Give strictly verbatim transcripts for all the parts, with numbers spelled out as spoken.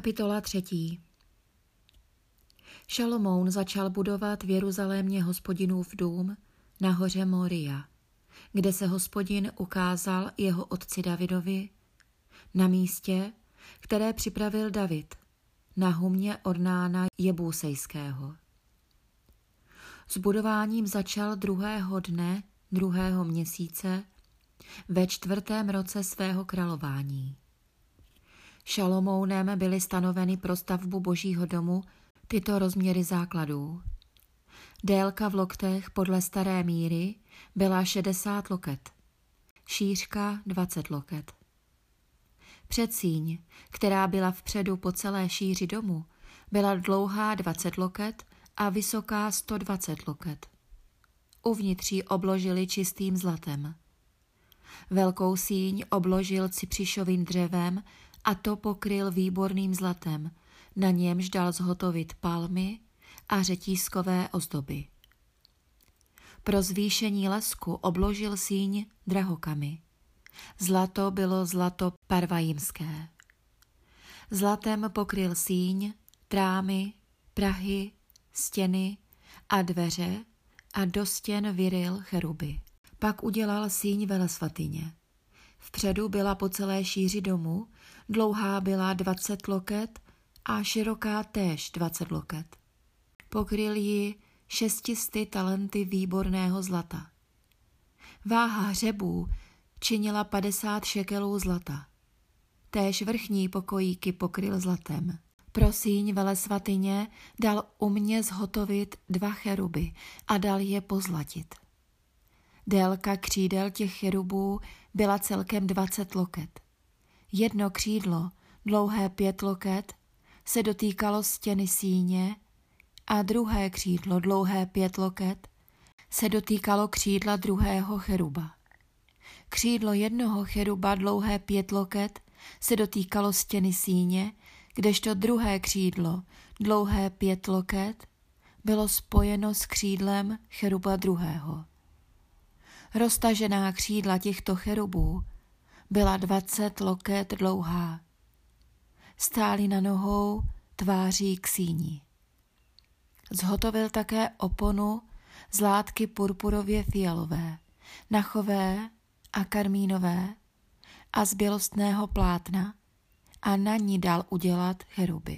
Kapitola třetí. Šalomoun začal budovat v Jeruzalémě Hospodinův dům na hoře Moria, kde se Hospodin ukázal jeho otci Davidovi, na místě, které připravil David, na humě Ornána Jebusejského. S budováním začal druhého dne druhého měsíce ve čtvrtém roce svého králování. Šalomounem byly stanoveny pro stavbu Božího domu tyto rozměry základů. Délka v loktech podle staré míry byla šedesát loket, šířka dvacet loket. Předsíň, která byla vpředu po celé šíři domu, byla dlouhá dvacet loket a vysoká sto dvacet loket. Uvnitř ji obložili čistým zlatem. Velkou síň obložil cypřišovým dřevem a to pokryl výborným zlatem, na němž dal zhotovit palmy a řetízkové ozdoby. Pro zvýšení lesku obložil síň drahokamy. Zlato bylo zlato parvajimské. Zlatem pokryl síň, trámy, prahy, stěny a dveře a do stěn vyryl cheruby. Pak udělal síň velesvatyně. Vpředu byla po celé šíři domu, dlouhá byla dvacet loket a široká též dvacet loket. Pokryl ji šestisty talenty výborného zlata. Váha hřebů činila padesát šekelů zlata. Též vrchní pokojíky pokryl zlatem. Pro síň velesvatyně dal umě zhotovit dva cheruby a dal je pozlatit. Délka křídel těch cherubů byla celkem dvacet loket. Jedno křídlo, dlouhé pět loket, se dotýkalo stěny síně a druhé křídlo, dlouhé pět loket, se dotýkalo křídla druhého cheruba. Křídlo jednoho cheruba, dlouhé pět loket, se dotýkalo stěny síně, kdežto druhé křídlo, dlouhé pět loket, bylo spojeno s křídlem cheruba druhého. Roztažená křídla těchto cherubů byla dvacet loket dlouhá. Stáli na nohou tváří k síni. Zhotovil také oponu z látky purpurově fialové, nachové a karmínové a z bělostného plátna a na ní dal udělat cheruby.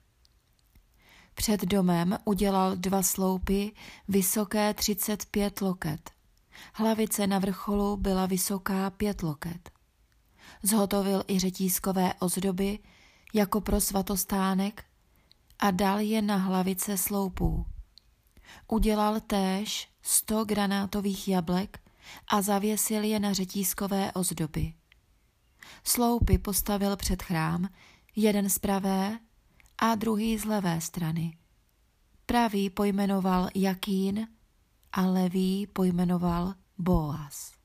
Před domem udělal dva sloupy vysoké třicet pět loket. Hlavice na vrcholu byla vysoká pět loket. Zhotovil i řetízkové ozdoby jako pro svatostánek a dal je na hlavice sloupů. Udělal též sto granátových jablek a zavěsil je na řetízkové ozdoby. Sloupy postavil před chrám, jeden z pravé a druhý z levé strany. Pravý pojmenoval Jakín a levý pojmenoval Boaz.